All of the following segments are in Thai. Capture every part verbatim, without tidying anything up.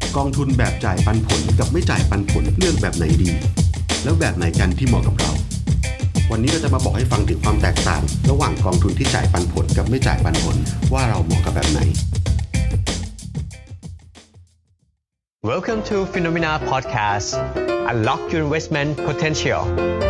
กองทุนแบบจ่ายปันผลกับไม่จ่ายปันผลเลือกแบบไหนดีแล้วแบบไหนกันที่เหมาะกับเราวันนี้เราจะมาบอกให้ฟังถึงความแตกต่างระหว่างกองทุนที่จ่ายปันผลกับไม่จ่ายปันผลว่าเราเหมาะกับแบบไหน Welcome to Phenomena Podcast. Unlock your investment potential.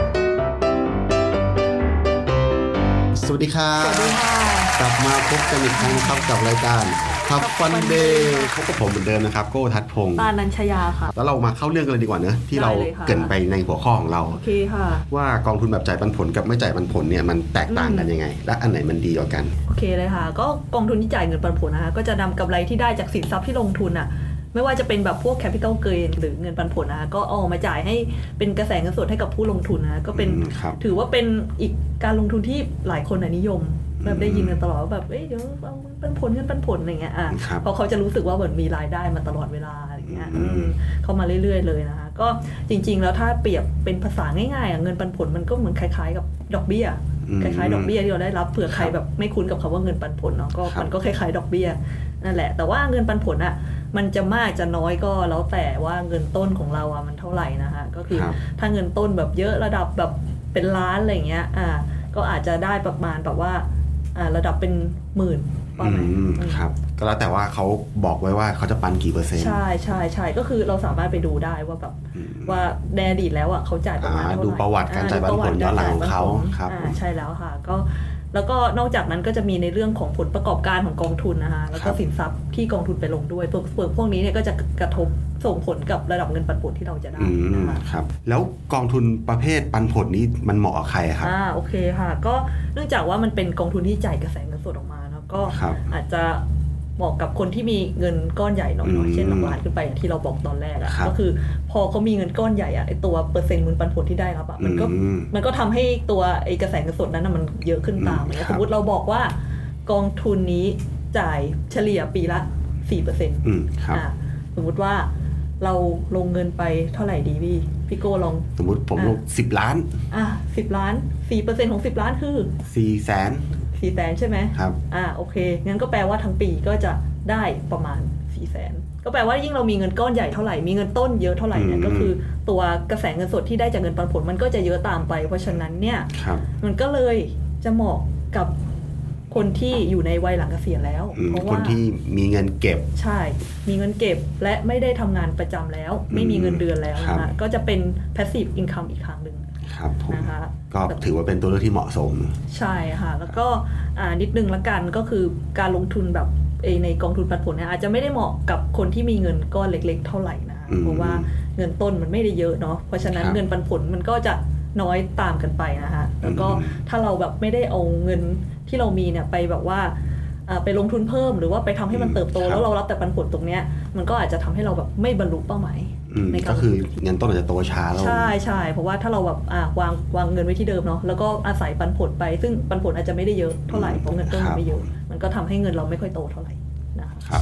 สวัสดีครับสวัสดีค่ะกลับมาพบกันอีกครั้งนะครับกับรายการทับฟันเดย์พบกับผมเหมือนเดิมนะครับโก้ทัศน์พงศ์ปานัญชยาค่ะแล้วเรามาเข้าเรื่องกันเลยดีกว่าเนอะที่เราเกริ่นไปในหัวข้อของเราโอเคค่ะว่ากองทุนแบบจ่ายปันผลกับไม่จ่ายปันผลเนี่ยมันแตกต่างกันยังไงและอันไหนมันดีกว่ากันโอเคเลยค่ะก็กองทุนที่จ่ายเงินปันผลนะคะก็จะนำกำไรที่ได้จากสินทรัพย์ที่ลงทุนอ่ะไม่ว่าจะเป็นแบบพวก capital gain หรือเงินปันผลนะคะก็เอามาจ่ายให้เป็นกระแสเงินสดให้กับผู้ลงทุนนะก็เป็นถือว่าเป็นอีกการลงทุนที่หลายคนนิยมแบบได้ยินกันตลอดว่าแบบเอ้ยเดี๋ยวเอาปันผลเงินปันผลอะไรเงี้ยอ่ะเพราะเขาจะรู้สึกว่าเหมือนมีรายได้มาตลอดเวลาอะไรเงี้ยเข้ามาเรื่อยๆเลยนะคะก็จริงๆแล้วถ้าเปรียบเป็นภาษาง่ายๆอ่ะเงินปันผลมันก็เหมือนคล้ายๆกับดอกเบี้ยคล้ายๆดอกเบี้ยที่เราได้รับเผื่อใครแบบไม่คุ้นกับคำว่าเงินปันผลเนาะก็มันก็คล้ายๆดอกเบี้ยนั่นแหละแต่ว่าเงินปันผลอ่ะมันจะมากจะน้อยก็แล้วแต่ว่าเงินต้นของเราอ่ะมันเท่าไหร่นะคะก็คือถ้าเงินต้นแบบเยอะระดับแบบเป็นล้านอะไรเงี้ยอ่าก็อาจจะได้ประมาณแบบว่าอ่าระดับเป็นหมื่นประมาณครับก็แล้วแต่ว่าเขาบอกไว้ว่าเขาจะปันกี่เปอร์เซ็นต์ใช่ใช่ใช่ก็คือเราสามารถไปดูได้ว่าแบบว่าในอดีตแล้วอ่ะเขาจ่ายประมาณเท่าไหร่ดูประวัติการจ่ายปันผลย้อนหลังของเขาครับใช่แล้วค่ะก็แล้วก็นอกจากนั้นก็จะมีในเรื่องของผลประกอบการของกองทุนนะคะแล้วก็สินทรัพย์ที่กองทุนไปลงด้วยพวกพวกนี้เนี่ยก็จะกระทบส่งผลกับระดับเงินปันผลที่เราจะได้นะคะครับแล้วกองทุนประเภทปันผลนี้มันเหมาะกับใครครับอ่าโอเคค่ะก็เนื่องจากว่ามันเป็นกองทุนที่จ่ายกระแสเงินสดออกมาแล้วก็อาจจะเหมาะกับคนที่มีเงินก้อนใหญ่หน่อยเช่นหลักล้านขึ้นไปอย่างที่เราบอกตอนแรกอ่ะก็คือพอเขามีเงินก้อนใหญ่อ่ะไอตัวเปอร์เซ็นต์เงินปันผลที่ได้รับอ่ะมันก็มันก็ทำให้ตัวไอกระแสเงินสดนั้นมันเยอะขึ้นตามสมมติเราบอกว่ากองทุนนี้จ่ายเฉลี่ยปีละ สี่เปอร์เซ็นต์อืมครับอ่าสมมติว่าเราลงเงินไปเท่าไหร่ดีพี่พี่โก้ลองสมมุติผมลงสิบล้านอ่ะสิบล้าน สี่เปอร์เซ็นต์ ของสิบล้านคือสี่แสนสี่แสนใช่ไหมครับอ่าโอเคงั้นก็แปลว่าทั้งปีก็จะได้ประมาณสี่แสนก็แปลว่ายิ่งเรามีเงินก้อนใหญ่เท่าไหร่มีเงินต้นเยอะเท่าไหร่เนี่ยก็คือตัวกระแสเงินสดที่ได้จากเงินปันผลมันก็จะเยอะตามไปเพราะฉะนั้นเนี่ยมันก็เลยจะเหมาะกับคนที่อยู่ในวัยหลังเกษียณแล้วเพราะว่าคนที่มีเงินเก็บใช่มีเงินเก็บและไม่ได้ทำงานประจำแล้วไม่มีเงินเดือนแล้วนะคะก็จะเป็น passive income อีกทางนึงครับนะคะก็ถือว่าเป็นตัวเลือกที่เหมาะสมใช่ค่ะแล้วก็นิดนึงละกันก็คือการลงทุนแบบในกองทุนปันผลเนี่ยอาจจะไม่ได้เหมาะกับคนที่มีเงินก้อนเล็กๆเท่าไหร่นะเพราะว่าเงินต้นมันไม่ได้เยอะเนาะเพราะฉะนั้นเงินปันผลมันก็จะน้อยตามกันไปนะคะแล้วก็ถ้าเราแบบไม่ได้เอาเงินที่เรามีเนี่ยไปแบบว่าไปลงทุนเพิ่มหรือว่าไปทำให้มันเติบโตแล้วเรารับแต่ปันผลตรงเนี้ยมันก็อาจจะทำให้เราแบบไม่บรรลุเป้าหมายในการก็คือเงินต้นอาจจะโตช้าแล้วใช่ใช่เพราะว่าถ้าเราแบบวางวางเงินไว้ที่เดิมเนาะแล้วก็อาศัยปันผลไปซึ่งปันผลอาจจะไม่ได้เยอะเท่าไหร่เพราะเงินต้นมันไม่เยอะมันก็ทำให้เงินเราไม่ค่อยโตเท่าไหร่นะครับ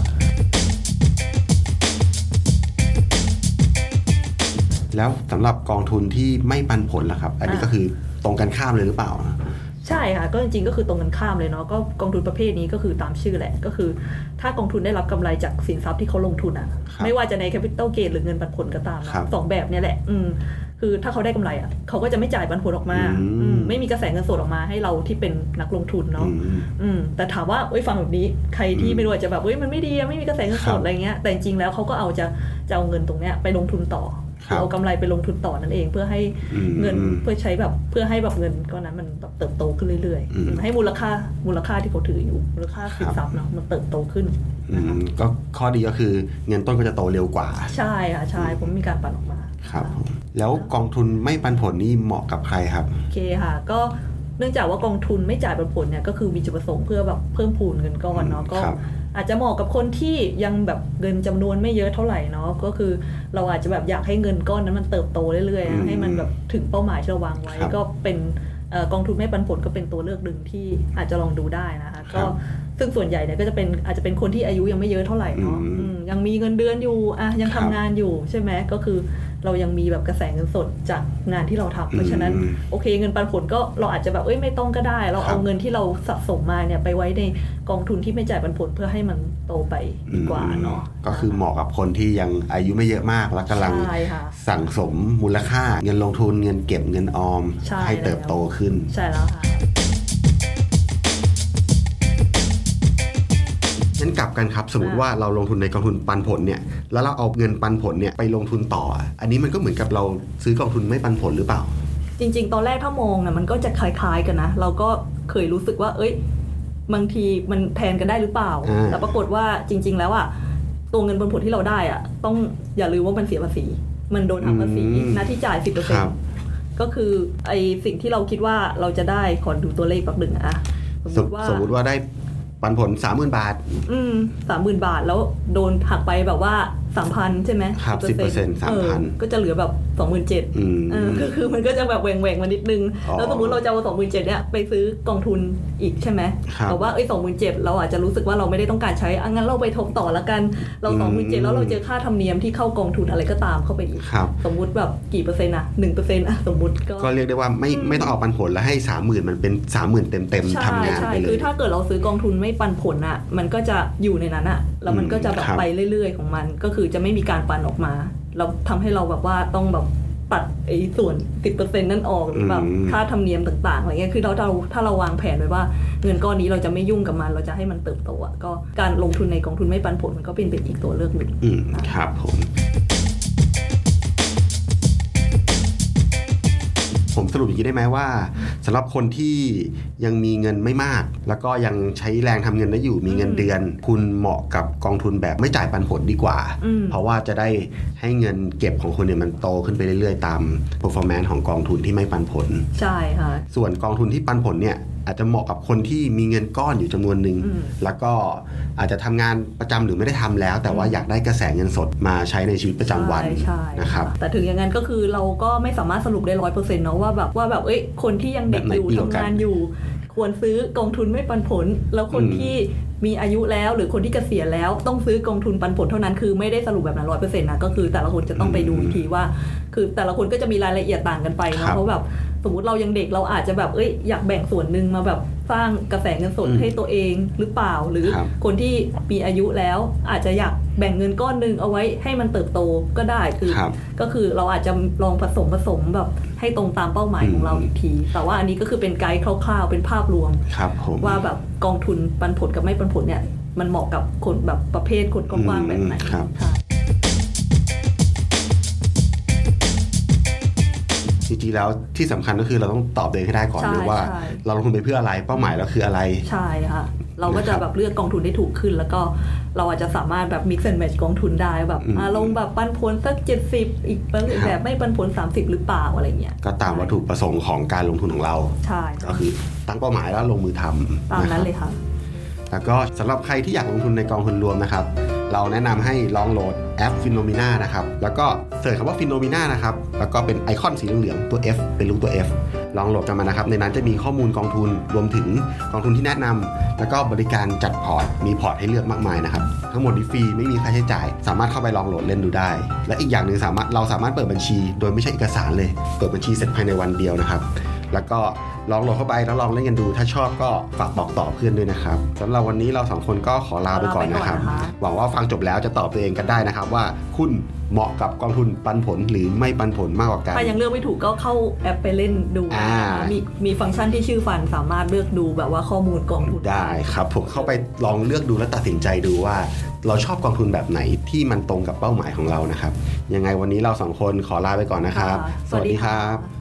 แล้วสำหรับกองทุนที่ไม่ปันผลล่ะครับอันนี้ก็คือตรงกันข้ามเลยหรือเปล่าใช่ค่ะก็จริงๆก็คือตรงกันข้ามเลยเนาะก็กองทุนประเภทนี้ก็คือตามชื่อแหละก็คือถ้ากองทุนได้รับกำไรจากสินทรัพย์ที่เขาลงทุนอ่ะไม่ว่าจะใน capital gain หรือเงินปันผลก็ตามสองแบบนี้แหละอืมคือถ้าเขาได้กำไรอ่ะเขาก็จะไม่จ่ายปันผลออกมาไม่มีกระแสเงินสดออกมาให้เราที่เป็นนักลงทุนเนาะแต่ถามว่าเอ้ยฟังแบบนี้ใครที่ไม่รู้จะแบบเอ้ยมันไม่ดีไม่มีกระแสเงินสดอะไรเงี้ยแต่จริงๆแล้วเขาก็เอาจะจะเอาเงินตรงเนี้ยไปลงทุนต่อเอากำไรไปลงทุนต่อนั่นเองเพื่อให้เงินเพื่อใช้แบบเพื่อให้แบบเงินก้อนนั้นมันเติบโตขึ้นเรื่อยๆให้มูลค่ามูลค่าที่เขาถืออยู่มูลค่าสินทรัพย์เนาะมันเติบโตขึ้นก็ข้อดีก็คือเงินต้นก็จะโตเร็วกว่าใช่ค่ะใช่ผมมีการปันออกมาครับแล้วกองทุนไม่ปันผลนี่เหมาะกับใครครับโอเคค่ะก็เนื่องจากว่ากองทุนไม่จ่ายปันผลเนี่ยก็คือมีจุดประสงค์เพื่อแบบเพิ่มพูนเงินก้อนเนาะก็อาจจะเหมาะกับคนที่ยังแบบเงินจำนวนไม่เยอะเท่าไหร่เนาะก็คือเราอาจจะแบบอยากให้เงินก้อนนั้นมันเติบโตเรื่อยๆให้มันแบบถึงเป้าหมายที่เราวางไว้ก็เป็นกองทุนไม่ปันผลก็เป็นตัวเลือกหนึ่งที่อาจจะลองดูได้นะคะก็ซึ่งส่วนใหญ่เนี่ยก็จะเป็นอาจจะเป็นคนที่อายุยังไม่เยอะเท่าไหร่เนาะยังมีเงินเดือนอยู่อ่ะยังทำงานอยู่ใช่ไหมก็คือเรายังมีแบบกระแสเงินสดจากงานที่เราทำเพราะฉะนั้นโอเคเงินปันผลก็เราอาจจะแบบเอ้ยไม่ต้องก็ได้เราเอาเงินที่เราสะสมมาเนี่ยไปไว้ในกองทุนที่ไม่จ่ายปันผลเพื่อให้มันโตไปดีกว่าเนาะก็คือเหมาะกับคนที่ยังอายุไม่เยอะมากแล้วกำลังสั่งสมมูลค่าเงินลงทุนเงินเก็บเงินออมให้เติบโตขึ้นใช่แล้วค่ะงั้นกลับกันครับสมมติว่าเราลงทุนในกองทุนปันผลเนี่ยแล้วเราเอาเงินปันผลเนี่ยไปลงทุนต่ออันนี้มันก็เหมือนกับเราซื้อกองทุนไม่ปันผลหรือเปล่าจริงๆตอนแรกถ้ามองเนี่ยมันก็จะคล้ายๆกันนะเราก็เคยรู้สึกว่าเอ้ยบางทีมันแทนกันได้หรือเปล่าแต่ปรากฏว่าจริงๆแล้วอ่ะตัวเงินปันผลที่เราได้อ่ะต้องอย่าลืมว่ามันเสียภาษีมันโดนหักภาษีหน้าที่จ่าย สิบเปอร์เซ็นต์ ก็คือไอสิ่งที่เราคิดว่าเราจะได้ขอดูตัวเลขแป๊บนึงอะสมมติว่าสมมติว่าได้ปันผล สามหมื่น บาทอืม สามหมื่น บาทแล้วโดนหักไปแบบว่า สามพัน ใช่ไหมครับ สิบเปอร์เซ็นต์ สามพันก็จะเหลือแบบ สองหมื่นเจ็ดพันอืมเออก็คือมันก็จะแบบแหว่งๆมานิดนึงแล้วสมมุติเราจะเอา สองหมื่นเจ็ดพัน เนี่ยไปซื้อกองทุนอีกใช่ไหมแต่ว่าเอ้ย สองหมื่นเจ็ดพัน เราอาจจะรู้สึกว่าเราไม่ได้ต้องการใช้งั้นเราไปทบต่อละกันเรา สองหมื่นเจ็ดพัน แล้วเราเจอค่าธรรมเนียมที่เข้ากองทุนอะไรก็ตามเข้าไปอีกสมมุติแบบกี่เปอร์เซ็นต์อ่ะ หนึ่งเปอร์เซ็นต์ อ่ะสมมุติก็ก็เรียกได้ว่าไม่ไม่ต้องออกปันผลแล้วให้ สามหมื่น มันเป็น สามหมื่น เต็มๆทำงานไปเลยคือถ้าเกิดเราซื้อกองทุนไม่ปันผลอ่ะมันก็จะอยู่ในนั้นอ่ะแล้วมันก็จะแบบไปเรื่อยๆของมันก็คือจะไม่มีการปันออกมาเราทำให้เราแบบว่าต้องแบบตัดไอ้ส่วน สิบเปอร์เซ็นต์ นั่นออกหรือแบบค่าธรรมเนียมต่างๆอะไรเงี้ยคือเราเราถ้าเราวางแผนไว้ว่าเงินก้อนนี้เราจะไม่ยุ่งกับมันเราจะให้มันเติบโตอ่ะก็การลงทุนในกองทุนไม่ปันผลมันก็เป็นเป็นอีกตัวเลือกหนึ่งอืมครับผมผมสรุปอย่างนี้ได้ไหมว่าสำหรับคนที่ยังมีเงินไม่มากแล้วก็ยังใช้แรงทำเงินได้อยู่มีเงินเดือนคุณเหมาะกับกองทุนแบบไม่จ่ายปันผลดีกว่าเพราะว่าจะได้ให้เงินเก็บของคุณเนี่ยมันโตขึ้นไปเรื่อยๆตาม performance ของกองทุนที่ไม่ปันผลใช่ค่ะส่วนกองทุนที่ปันผลเนี่ยอาจจะเหมาะกับคนที่มีเงินก้อนอยู่จำนวนหนึ่งแล้วก็อาจจะทำงานประจำหรือไม่ได้ทำแล้วแต่ว่าอยากได้กระแสเงินสดมาใช้ในชีวิตประจำวันนะครับแต่ถึงอย่างนั้นก็คือเราก็ไม่สามารถสรุปได้ ร้อยเปอร์เซ็นต์ เนาะว่าแบบว่าแบบเอ้ยคนที่ยังเด็กอยู่ทำงานอยู่ควรซื้อกองทุนไม่ปันผลแล้วคนที่มีอายุแล้วหรือคนที่เกษียณแล้วต้องซื้อกองทุนปันผลเท่านั้นคือไม่ได้สรุปแบบนั้น ร้อยเปอร์เซ็นต์ นะก็คือแต่ละคนจะต้องไปดูอีกทีว่าคือแต่ละคนก็จะมีรายละเอียดต่างกันไปเนาะเพราะแบบสมมุติเรายังเด็กเราอาจจะแบบเอ้ยอยากแบ่งส่วนนึงมาแบบสร้างกระแสเงินสดให้ตัวเองหรือเปล่าหรือคนที่มีอายุแล้วอาจจะอยากแบ่งเงินก้อนนึงเอาไว้ให้มันเติบโตก็ได้คือก็คือเราอาจจะลองผสมผสมแบบให้ตรงตามเป้าหมายของเราอีกทีแต่ว่าอันนี้ก็คือเป็นไกด์คร่าวๆเป็นภาพรวมว่าแบบกองทุนปันผลกับไม่ปันผลเนี่ยมันเหมาะกับคนแบบประเภทคนกว้างๆแบบไหนจริงๆแล้วที่สำคัญก็คือเราต้องตอบตัวเองให้ได้ก่อนเลยว่าเราลงทุนไปเพื่ออะไรเป้าหมายเราคืออะไรใช่ค่ะเราก็จะแบบเลือกกองทุนได้ถูกขึ้นแล้วก็เราอาจจะสามารถแบบ mix and match กองทุนได้แบบลงแบบปันผลสักเจ็ดสิบอีกแบบไม่ปันผลสามสิบหรือเปล่าอะไรเงี้ยก็ตามวัตถุประสงค์ของการลงทุนของเราใช่ก็คือตั้งเป้าหมายแล้วลงมือทำตามนั้นเลยค่ะแล้วก็สำหรับใครที่อยากลงทุนในกองทุนรวมนะครับเราแนะนำให้ลองโหลดแอป Phenomena นะครับแล้วก็เสิร์ชคำว่า Phenomena นะครับแล้วก็เป็นไอคอนสีเหลืองๆตัว F เป็นรูปตัว F ลองโหลดกันมานะครับในนั้นจะมีข้อมูลกองทุนรวมถึงกองทุนที่แนะนำแล้วก็บริการจัดพอร์ตมีพอร์ตให้เลือกมากมายนะครับทั้งหมดฟรีไม่มีค่าใช้จ่ายสามารถเข้าไปลองโหลดเล่นดูได้และอีกอย่างนึงสามารถเราสามารถเปิดบัญชีโดยไม่ใช่เอกสารเลยเปิดบัญชีเสร็จภายในวันเดียวนะครับแล้วก็ลองโหลดเข้าไปแล้วลองเล่นกันดูถ้าชอบก็ฝากบอกต่อเพื่อนด้วยนะครับสำหรับวันนี้เราสองคนก็ขอลาไปก่อนนะครับหวังว่าฟังจบแล้วจะตอบตัวเองกันได้นะครับว่าคุณเหมาะกับกองทุนปันผลหรือไม่ปันผลมากกว่ากันถ้ายังเลือกไม่ถูกก็เข้าแอปไปเล่นดูมีมีฟังก์ชันที่ชื่อฟันสามารถเลือกดูแบบว่าข้อมูลกองทุนได้ครับผมเข้าไปลองเลือกดูแล้วตัดสินใจดูว่าเราชอบกองทุนแบบไหนที่มันตรงกับเป้าหมายของเรานะครับยังไงวันนี้เราสองคนขอลาไปก่อนนะครับสวัสดีครับ